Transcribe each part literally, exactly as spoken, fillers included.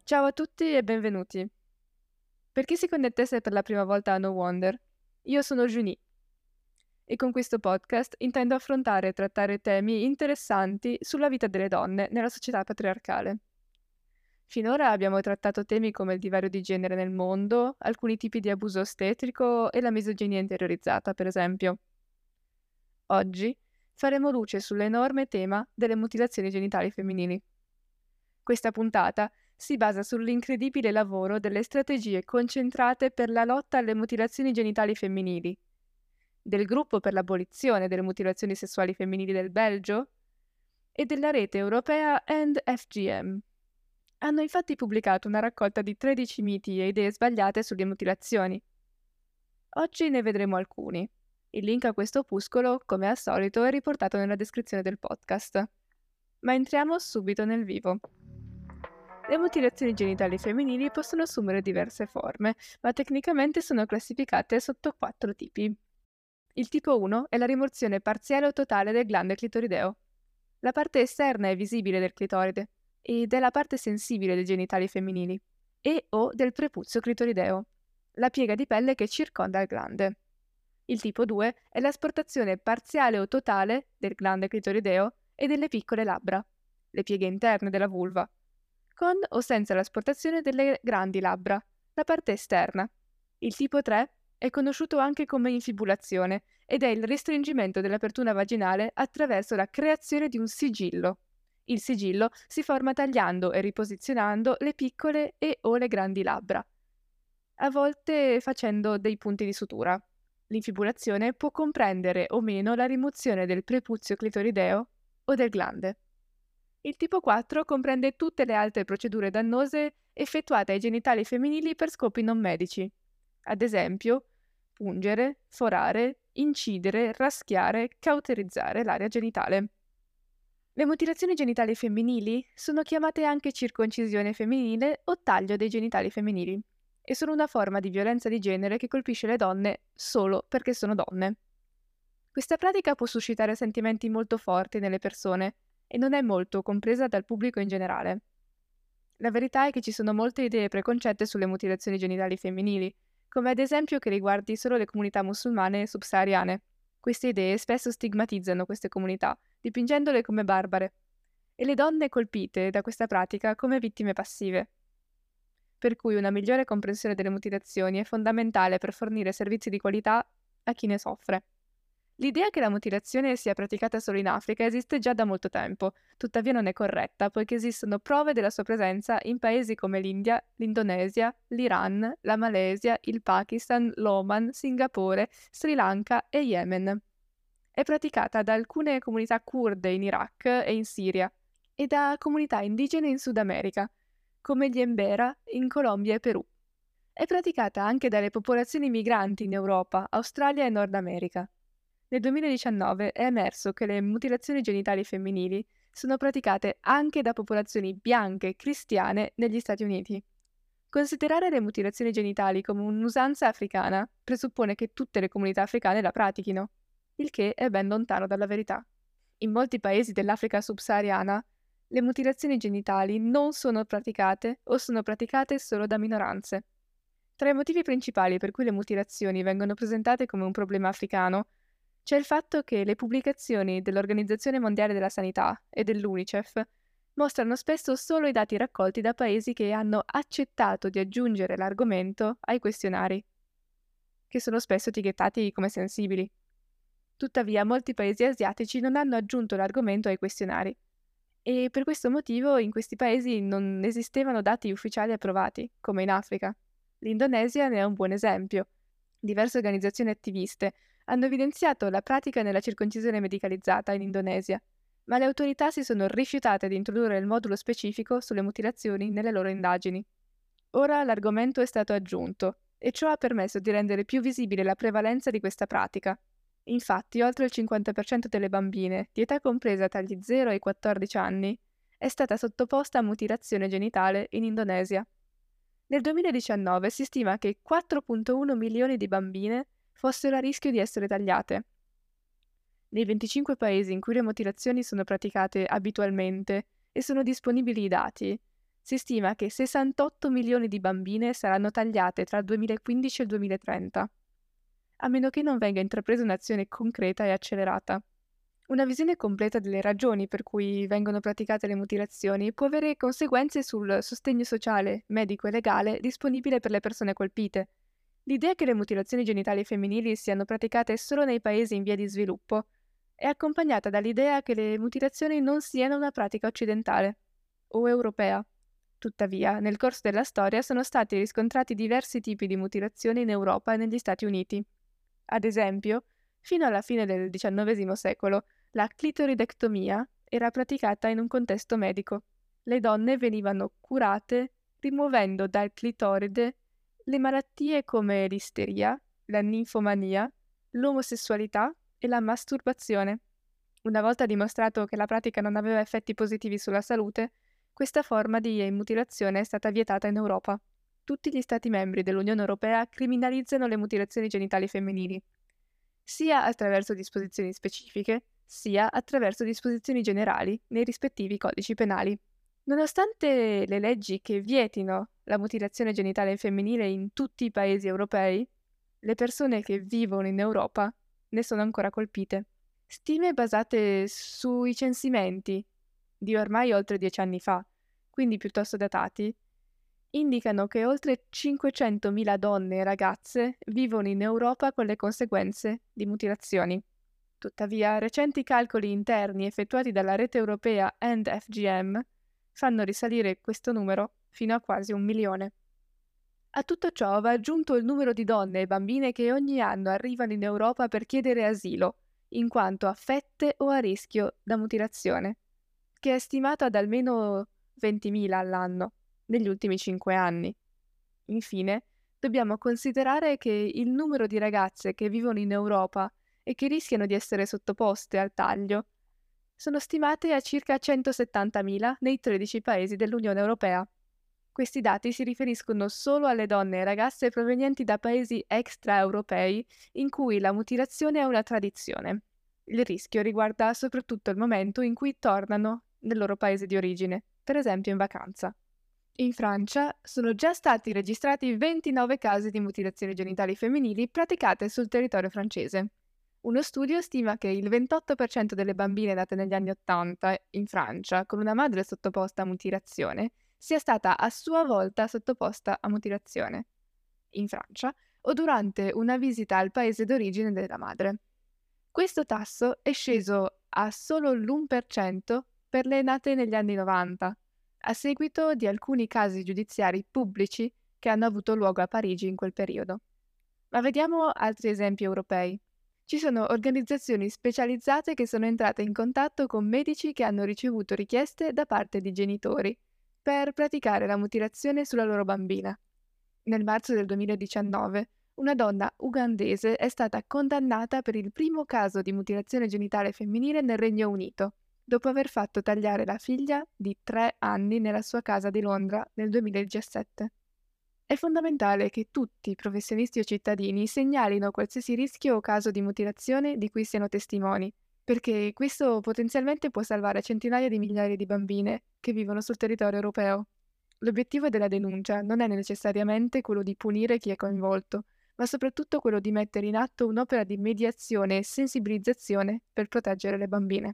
Ciao a tutti e benvenuti. Per chi si connettesse per la prima volta a No Wonder, io sono Junie e con questo podcast intendo affrontare e trattare temi interessanti sulla vita delle donne nella società patriarcale. Finora abbiamo trattato temi come il divario di genere nel mondo, alcuni tipi di abuso ostetrico e la misoginia interiorizzata, per esempio. Oggi faremo luce sull'enorme tema delle mutilazioni genitali femminili. Questa puntata si basa sull'incredibile lavoro delle strategie concentrate per la lotta alle mutilazioni genitali femminili, del gruppo per l'abolizione delle mutilazioni sessuali femminili del Belgio e della rete europea End F G M. Hanno infatti pubblicato una raccolta di tredici miti e idee sbagliate sulle mutilazioni. Oggi ne vedremo alcuni. Il link a questo opuscolo, come al solito, è riportato nella descrizione del podcast. Ma entriamo subito nel vivo. Le mutilazioni genitali femminili possono assumere diverse forme, ma tecnicamente sono classificate sotto quattro tipi. Il tipo uno è la rimozione parziale o totale del glande clitorideo. La parte esterna è visibile del clitoride ed è la parte sensibile dei genitali femminili, e o del prepuzio clitorideo, la piega di pelle che circonda il glande. Il tipo due è l'asportazione parziale o totale del glande clitorideo e delle piccole labbra, le pieghe interne della vulva, con o senza l'asportazione delle grandi labbra, la parte esterna. Il tipo tre è conosciuto anche come infibulazione ed è il restringimento dell'apertura vaginale attraverso la creazione di un sigillo. Il sigillo si forma tagliando e riposizionando le piccole e o le grandi labbra, a volte facendo dei punti di sutura. L'infibulazione può comprendere o meno la rimozione del prepuzio clitorideo o del glande. Il tipo quattro comprende tutte le altre procedure dannose effettuate ai genitali femminili per scopi non medici. Ad esempio, pungere, forare, incidere, raschiare, cauterizzare l'area genitale. Le mutilazioni genitali femminili sono chiamate anche circoncisione femminile o taglio dei genitali femminili e sono una forma di violenza di genere che colpisce le donne solo perché sono donne. Questa pratica può suscitare sentimenti molto forti nelle persone e non è molto compresa dal pubblico in generale. La verità è che ci sono molte idee preconcette sulle mutilazioni genitali femminili, come ad esempio che riguardi solo le comunità musulmane e subsahariane. Queste idee spesso stigmatizzano queste comunità, dipingendole come barbare, e le donne colpite da questa pratica come vittime passive. Per cui una migliore comprensione delle mutilazioni è fondamentale per fornire servizi di qualità a chi ne soffre. L'idea che la mutilazione sia praticata solo in Africa esiste già da molto tempo, tuttavia non è corretta, poiché esistono prove della sua presenza in paesi come l'India, l'Indonesia, l'Iran, la Malesia, il Pakistan, l'Oman, Singapore, Sri Lanka e Yemen. È praticata da alcune comunità curde in Iraq e in Siria e da comunità indigene in Sud America, come gli Embera in Colombia e Perù. È praticata anche dalle popolazioni migranti in Europa, Australia e Nord America. Nel duemiladiciannove è emerso che le mutilazioni genitali femminili sono praticate anche da popolazioni bianche cristiane negli Stati Uniti. Considerare le mutilazioni genitali come un'usanza africana presuppone che tutte le comunità africane la pratichino, il che è ben lontano dalla verità. In molti paesi dell'Africa subsahariana, le mutilazioni genitali non sono praticate o sono praticate solo da minoranze. Tra i motivi principali per cui le mutilazioni vengono presentate come un problema africano c'è il fatto che le pubblicazioni dell'Organizzazione Mondiale della Sanità e dell'UNICEF mostrano spesso solo i dati raccolti da paesi che hanno accettato di aggiungere l'argomento ai questionari, che sono spesso etichettati come sensibili. Tuttavia, molti paesi asiatici non hanno aggiunto l'argomento ai questionari e per questo motivo in questi paesi non esistevano dati ufficiali approvati, come in Africa. L'Indonesia ne è un buon esempio. Diverse organizzazioni attiviste hanno evidenziato la pratica nella circoncisione medicalizzata in Indonesia, ma le autorità si sono rifiutate di introdurre il modulo specifico sulle mutilazioni nelle loro indagini. Ora l'argomento è stato aggiunto, e ciò ha permesso di rendere più visibile la prevalenza di questa pratica. Infatti, oltre il cinquanta per cento delle bambine, di età compresa tra gli zero e i quattordici anni, è stata sottoposta a mutilazione genitale in Indonesia. Nel duemiladiciannove si stima che quattro virgola uno milioni di bambine fossero a rischio di essere tagliate. Nei venticinque paesi in cui le mutilazioni sono praticate abitualmente e sono disponibili i dati, Si stima che sessantotto milioni di bambine saranno tagliate tra il duemilaquindici e il duemilatrenta, a meno che non venga intrapresa un'azione concreta e accelerata. Una visione completa delle ragioni per cui vengono praticate le mutilazioni può avere conseguenze sul sostegno sociale, medico e legale disponibile per le persone colpite. L'idea che le mutilazioni genitali femminili siano praticate solo nei paesi in via di sviluppo è accompagnata dall'idea che le mutilazioni non siano una pratica occidentale o europea. Tuttavia, nel corso della storia sono stati riscontrati diversi tipi di mutilazioni in Europa e negli Stati Uniti. Ad esempio, fino alla fine del diciannovesimo secolo, la clitoridectomia era praticata in un contesto medico. Le donne venivano curate rimuovendo dal clitoride le malattie come l'isteria, la ninfomania, l'omosessualità e la masturbazione. Una volta dimostrato che la pratica non aveva effetti positivi sulla salute, questa forma di mutilazione è stata vietata in Europa. Tutti gli Stati membri dell'Unione Europea criminalizzano le mutilazioni genitali femminili, sia attraverso disposizioni specifiche, sia attraverso disposizioni generali nei rispettivi codici penali. Nonostante le leggi che vietino la mutilazione genitale femminile in tutti i paesi europei, le persone che vivono in Europa ne sono ancora colpite. Stime basate sui censimenti di ormai oltre dieci anni fa, quindi piuttosto datati, indicano che oltre cinquecentomila donne e ragazze vivono in Europa con le conseguenze di mutilazioni. Tuttavia, recenti calcoli interni effettuati dalla rete europea End F G M fanno risalire questo numero fino a quasi un milione. A tutto ciò va aggiunto il numero di donne e bambine che ogni anno arrivano in Europa per chiedere asilo, in quanto affette o a rischio da mutilazione, che è stimato ad almeno ventimila all'anno negli ultimi cinque anni. Infine, dobbiamo considerare che il numero di ragazze che vivono in Europa e che rischiano di essere sottoposte al taglio sono stimate a circa centosettantamila nei tredici paesi dell'Unione Europea. Questi dati si riferiscono solo alle donne e ragazze provenienti da paesi extraeuropei in cui la mutilazione è una tradizione. Il rischio riguarda soprattutto il momento in cui tornano nel loro paese di origine, per esempio in vacanza. In Francia sono già stati registrati ventinove casi di mutilazioni genitali femminili praticate sul territorio francese. Uno studio stima che il ventotto per cento delle bambine nate negli anni Ottanta in Francia con una madre sottoposta a mutilazione sia stata a sua volta sottoposta a mutilazione in Francia o durante una visita al paese d'origine della madre. Questo tasso è sceso a solo l'uno per cento per le nate negli anni novanta, a seguito di alcuni casi giudiziari pubblici che hanno avuto luogo a Parigi in quel periodo. Ma vediamo altri esempi europei. Ci sono organizzazioni specializzate che sono entrate in contatto con medici che hanno ricevuto richieste da parte di genitori per praticare la mutilazione sulla loro bambina. Nel marzo del duemiladiciannove, una donna ugandese è stata condannata per il primo caso di mutilazione genitale femminile nel Regno Unito, dopo aver fatto tagliare la figlia di tre anni nella sua casa di Londra nel duemiladiciassette. È fondamentale che tutti, professionisti o cittadini, segnalino qualsiasi rischio o caso di mutilazione di cui siano testimoni, perché questo potenzialmente può salvare centinaia di migliaia di bambine che vivono sul territorio europeo. L'obiettivo della denuncia non è necessariamente quello di punire chi è coinvolto, ma soprattutto quello di mettere in atto un'opera di mediazione e sensibilizzazione per proteggere le bambine.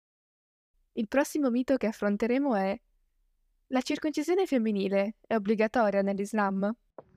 Il prossimo mito che affronteremo è: la circoncisione femminile è obbligatoria nell'Islam?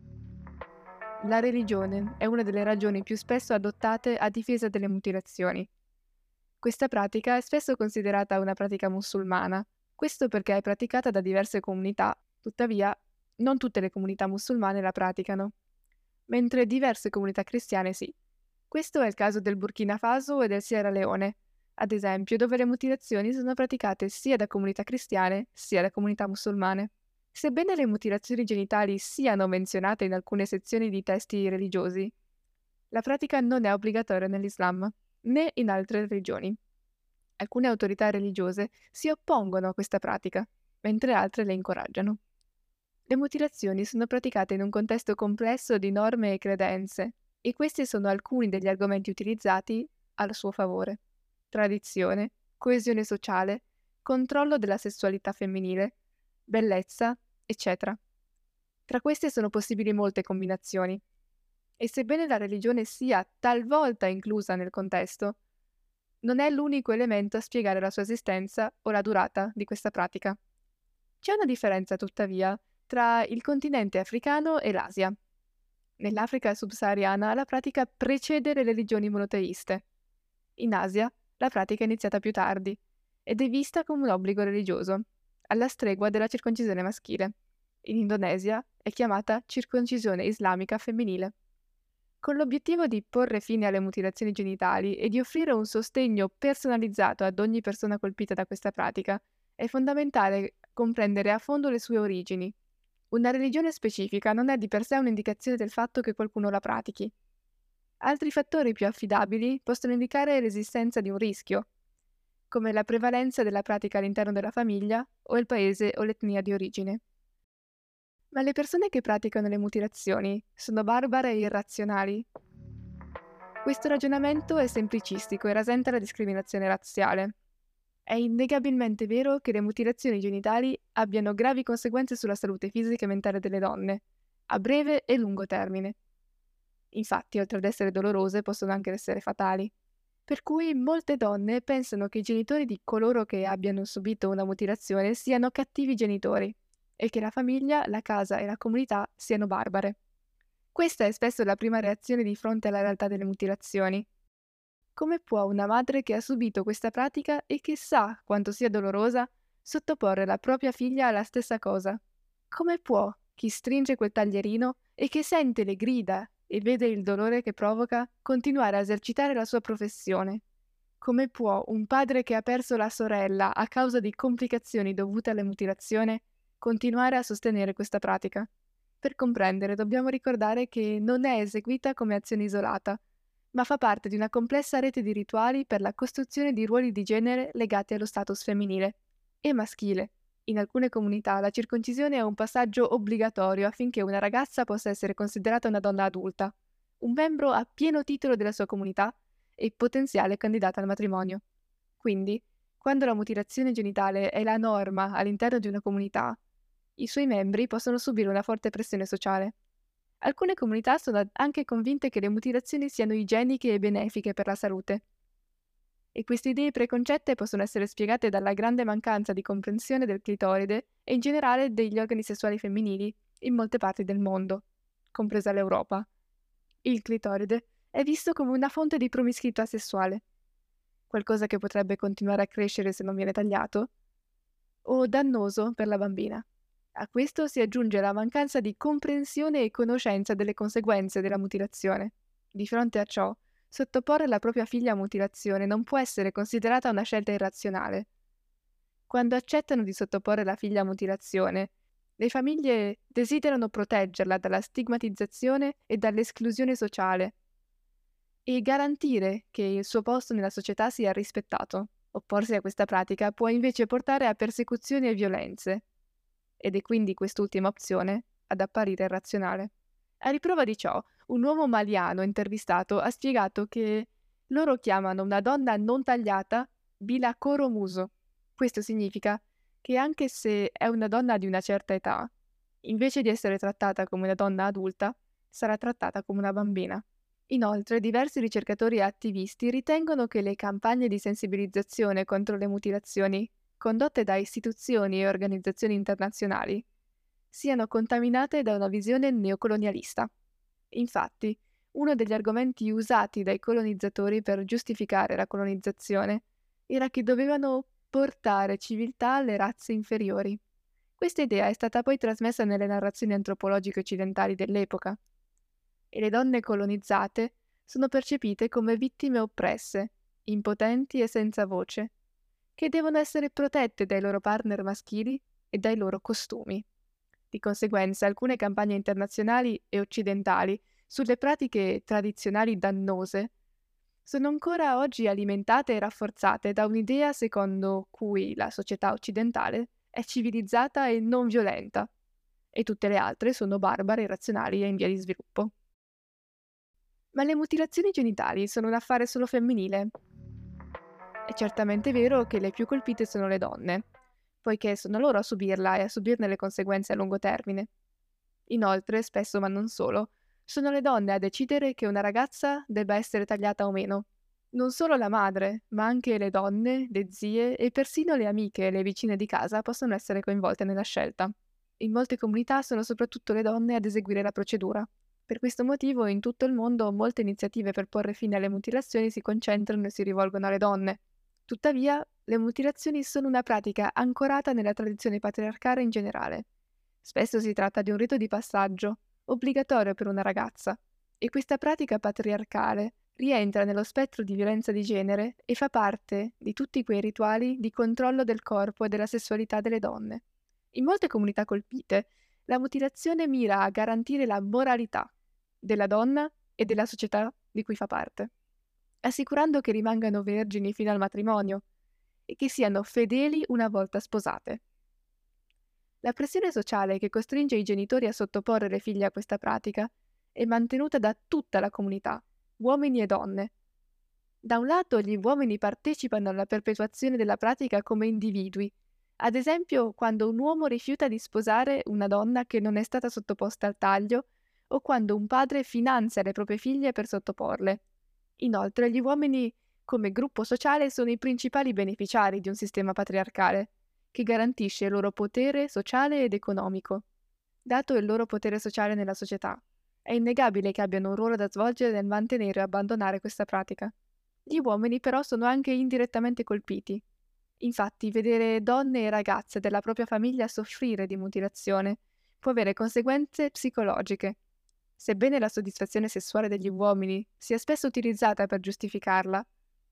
La religione è una delle ragioni più spesso adottate a difesa delle mutilazioni. Questa pratica è spesso considerata una pratica musulmana, questo perché è praticata da diverse comunità, tuttavia non tutte le comunità musulmane la praticano, mentre diverse comunità cristiane sì. Questo è il caso del Burkina Faso e del Sierra Leone, ad esempio, dove le mutilazioni sono praticate sia da comunità cristiane sia da comunità musulmane. Sebbene le mutilazioni genitali siano menzionate in alcune sezioni di testi religiosi, la pratica non è obbligatoria nell'Islam, né in altre religioni. Alcune autorità religiose si oppongono a questa pratica, mentre altre le incoraggiano. Le mutilazioni sono praticate in un contesto complesso di norme e credenze, e questi sono alcuni degli argomenti utilizzati a suo favore: tradizione, coesione sociale, controllo della sessualità femminile, bellezza, eccetera. Tra queste sono possibili molte combinazioni. E sebbene la religione sia talvolta inclusa nel contesto, non è l'unico elemento a spiegare la sua esistenza o la durata di questa pratica. C'è una differenza, tuttavia, tra il continente africano e l'Asia. Nell'Africa subsahariana la pratica precede le religioni monoteiste. In Asia la pratica è iniziata più tardi ed è vista come un obbligo religioso, alla stregua della circoncisione maschile. In Indonesia è chiamata circoncisione islamica femminile. Con l'obiettivo di porre fine alle mutilazioni genitali e di offrire un sostegno personalizzato ad ogni persona colpita da questa pratica, è fondamentale comprendere a fondo le sue origini. Una religione specifica non è di per sé un'indicazione del fatto che qualcuno la pratichi. Altri fattori più affidabili possono indicare l'esistenza di un rischio, come la prevalenza della pratica all'interno della famiglia o il paese o l'etnia di origine. Ma le persone che praticano le mutilazioni sono barbare e irrazionali? Questo ragionamento è semplicistico e rasenta la discriminazione razziale. È innegabilmente vero che le mutilazioni genitali abbiano gravi conseguenze sulla salute fisica e mentale delle donne, a breve e lungo termine. Infatti, oltre ad essere dolorose, possono anche essere fatali. Per cui molte donne pensano che i genitori di coloro che abbiano subito una mutilazione siano cattivi genitori e che la famiglia, la casa e la comunità siano barbare. Questa è spesso la prima reazione di fronte alla realtà delle mutilazioni. Come può una madre che ha subito questa pratica e che sa quanto sia dolorosa sottoporre la propria figlia alla stessa cosa? Come può chi stringe quel taglierino e che sente le grida e vede il dolore che provoca continuare a esercitare la sua professione? Come può un padre che ha perso la sorella a causa di complicazioni dovute alla mutilazione continuare a sostenere questa pratica? Per comprendere dobbiamo ricordare che non è eseguita come azione isolata, ma fa parte di una complessa rete di rituali per la costruzione di ruoli di genere legati allo status femminile e maschile. In alcune comunità la circoncisione è un passaggio obbligatorio affinché una ragazza possa essere considerata una donna adulta, un membro a pieno titolo della sua comunità e potenziale candidata al matrimonio. Quindi, quando la mutilazione genitale è la norma all'interno di una comunità, i suoi membri possono subire una forte pressione sociale. Alcune comunità sono anche convinte che le mutilazioni siano igieniche e benefiche per la salute. E queste idee preconcette possono essere spiegate dalla grande mancanza di comprensione del clitoride e in generale degli organi sessuali femminili in molte parti del mondo, compresa l'Europa. Il clitoride è visto come una fonte di promiscuità sessuale, qualcosa che potrebbe continuare a crescere se non viene tagliato, o dannoso per la bambina. A questo si aggiunge la mancanza di comprensione e conoscenza delle conseguenze della mutilazione. Di fronte a ciò, sottoporre la propria figlia a mutilazione non può essere considerata una scelta irrazionale. Quando accettano di sottoporre la figlia a mutilazione, le famiglie desiderano proteggerla dalla stigmatizzazione e dall'esclusione sociale e garantire che il suo posto nella società sia rispettato. Opporsi a questa pratica può invece portare a persecuzioni e violenze, ed è quindi quest'ultima opzione ad apparire irrazionale. A riprova di ciò, un uomo maliano intervistato ha spiegato che loro chiamano una donna non tagliata bila coromuso. Questo significa che anche se è una donna di una certa età, invece di essere trattata come una donna adulta, sarà trattata come una bambina. Inoltre, diversi ricercatori e attivisti ritengono che le campagne di sensibilizzazione contro le mutilazioni condotte da istituzioni e organizzazioni internazionali siano contaminate da una visione neocolonialista. Infatti, uno degli argomenti usati dai colonizzatori per giustificare la colonizzazione era che dovevano portare civiltà alle razze inferiori. Questa idea è stata poi trasmessa nelle narrazioni antropologiche occidentali dell'epoca, e le donne colonizzate sono percepite come vittime oppresse, impotenti e senza voce, che devono essere protette dai loro partner maschili e dai loro costumi. Di conseguenza, alcune campagne internazionali e occidentali sulle pratiche tradizionali dannose sono ancora oggi alimentate e rafforzate da un'idea secondo cui la società occidentale è civilizzata e non violenta, e tutte le altre sono barbare, irrazionali e in via di sviluppo. Ma le mutilazioni genitali sono un affare solo femminile? È certamente vero che le più colpite sono le donne, poiché sono loro a subirla e a subirne le conseguenze a lungo termine. Inoltre, spesso ma non solo, sono le donne a decidere che una ragazza debba essere tagliata o meno. Non solo la madre, ma anche le donne, le zie e persino le amiche e le vicine di casa possono essere coinvolte nella scelta. In molte comunità sono soprattutto le donne ad eseguire la procedura. Per questo motivo in tutto il mondo molte iniziative per porre fine alle mutilazioni si concentrano e si rivolgono alle donne. Tuttavia, le mutilazioni sono una pratica ancorata nella tradizione patriarcale in generale. Spesso si tratta di un rito di passaggio, obbligatorio per una ragazza, e questa pratica patriarcale rientra nello spettro di violenza di genere e fa parte di tutti quei rituali di controllo del corpo e della sessualità delle donne. In molte comunità colpite, la mutilazione mira a garantire la moralità della donna e della società di cui fa parte, assicurando che rimangano vergini fino al matrimonio e che siano fedeli una volta sposate. La pressione sociale che costringe i genitori a sottoporre le figlie a questa pratica è mantenuta da tutta la comunità, uomini e donne. Da un lato gli uomini partecipano alla perpetuazione della pratica come individui, ad esempio quando un uomo rifiuta di sposare una donna che non è stata sottoposta al taglio o quando un padre finanzia le proprie figlie per sottoporle. Inoltre gli uomini come gruppo sociale sono i principali beneficiari di un sistema patriarcale, che garantisce il loro potere sociale ed economico. Dato il loro potere sociale nella società, è innegabile che abbiano un ruolo da svolgere nel mantenere o abbandonare questa pratica. Gli uomini però sono anche indirettamente colpiti. Infatti, vedere donne e ragazze della propria famiglia soffrire di mutilazione può avere conseguenze psicologiche. Sebbene la soddisfazione sessuale degli uomini sia spesso utilizzata per giustificarla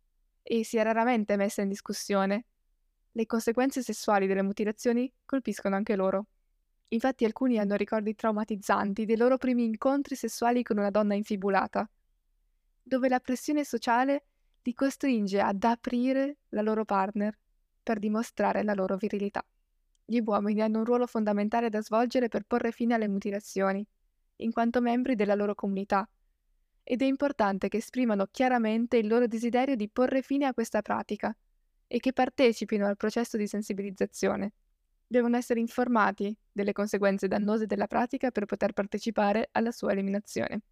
e sia raramente messa in discussione, le conseguenze sessuali delle mutilazioni colpiscono anche loro. Infatti alcuni hanno ricordi traumatizzanti dei loro primi incontri sessuali con una donna infibulata, dove la pressione sociale li costringe ad aprire la loro partner per dimostrare la loro virilità. Gli uomini hanno un ruolo fondamentale da svolgere per porre fine alle mutilazioni, in quanto membri della loro comunità, ed è importante che esprimano chiaramente il loro desiderio di porre fine a questa pratica e che partecipino al processo di sensibilizzazione. Devono essere informati delle conseguenze dannose della pratica per poter partecipare alla sua eliminazione.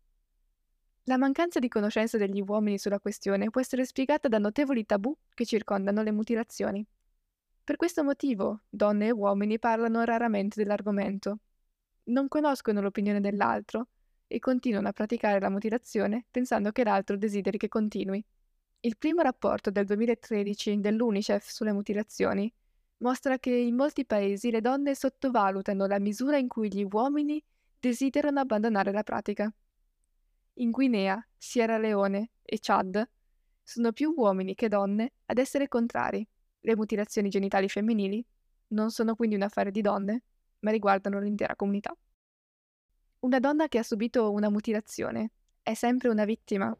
La mancanza di conoscenza degli uomini sulla questione può essere spiegata da notevoli tabù che circondano le mutilazioni. Per questo motivo, donne e uomini parlano raramente dell'argomento. Non conoscono l'opinione dell'altro e continuano a praticare la mutilazione pensando che l'altro desideri che continui. Il primo rapporto del duemilatredici dell'UNICEF sulle mutilazioni mostra che in molti paesi le donne sottovalutano la misura in cui gli uomini desiderano abbandonare la pratica. In Guinea, Sierra Leone e Chad sono più uomini che donne ad essere contrari. Le mutilazioni genitali femminili non sono quindi un affare di donne, ma riguardano l'intera comunità. Una donna che ha subito una mutilazione è sempre una vittima.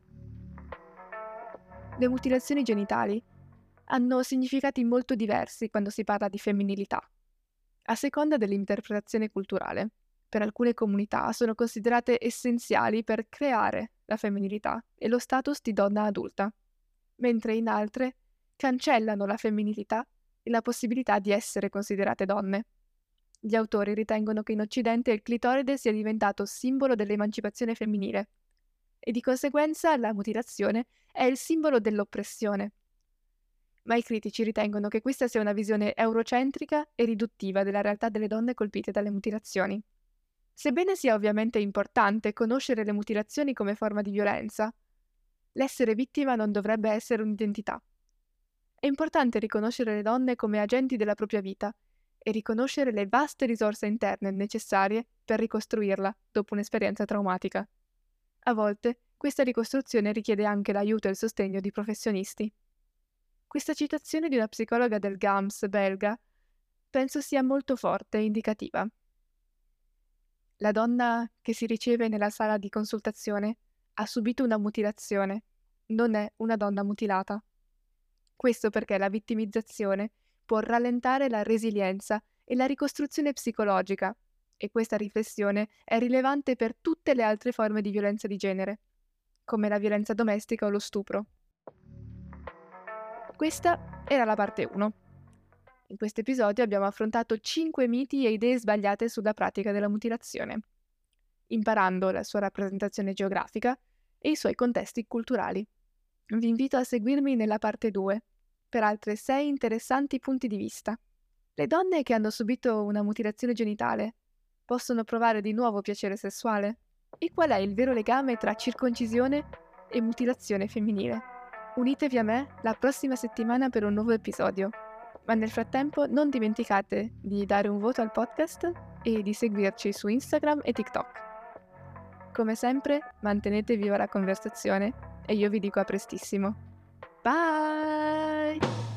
Le mutilazioni genitali hanno significati molto diversi quando si parla di femminilità, a seconda dell'interpretazione culturale. Per alcune comunità sono considerate essenziali per creare la femminilità e lo status di donna adulta, mentre in altre cancellano la femminilità e la possibilità di essere considerate donne. Gli autori ritengono che in Occidente il clitoride sia diventato simbolo dell'emancipazione femminile e di conseguenza la mutilazione è il simbolo dell'oppressione. Ma i critici ritengono che questa sia una visione eurocentrica e riduttiva della realtà delle donne colpite dalle mutilazioni. Sebbene sia ovviamente importante conoscere le mutilazioni come forma di violenza, l'essere vittima non dovrebbe essere un'identità. È importante riconoscere le donne come agenti della propria vita e riconoscere le vaste risorse interne necessarie per ricostruirla dopo un'esperienza traumatica. A volte, questa ricostruzione richiede anche l'aiuto e il sostegno di professionisti. Questa citazione di una psicologa del G A M S belga penso sia molto forte e indicativa. La donna che si riceve nella sala di consultazione ha subito una mutilazione, non è una donna mutilata. Questo perché la vittimizzazione può rallentare la resilienza e la ricostruzione psicologica, e questa riflessione è rilevante per tutte le altre forme di violenza di genere, come la violenza domestica o lo stupro. Questa era la parte uno. In questo episodio abbiamo affrontato cinque miti e idee sbagliate sulla pratica della mutilazione, imparando la sua rappresentazione geografica e i suoi contesti culturali. Vi invito a seguirmi nella parte due per altre sei interessanti punti di vista. Le donne che hanno subito una mutilazione genitale possono provare di nuovo piacere sessuale? E qual è il vero legame tra circoncisione e mutilazione femminile? Unitevi a me la prossima settimana per un nuovo episodio. Ma nel frattempo non dimenticate di dare un voto al podcast e di seguirci su Instagram e TikTok. Come sempre, mantenete viva la conversazione e io vi dico a prestissimo. Bye!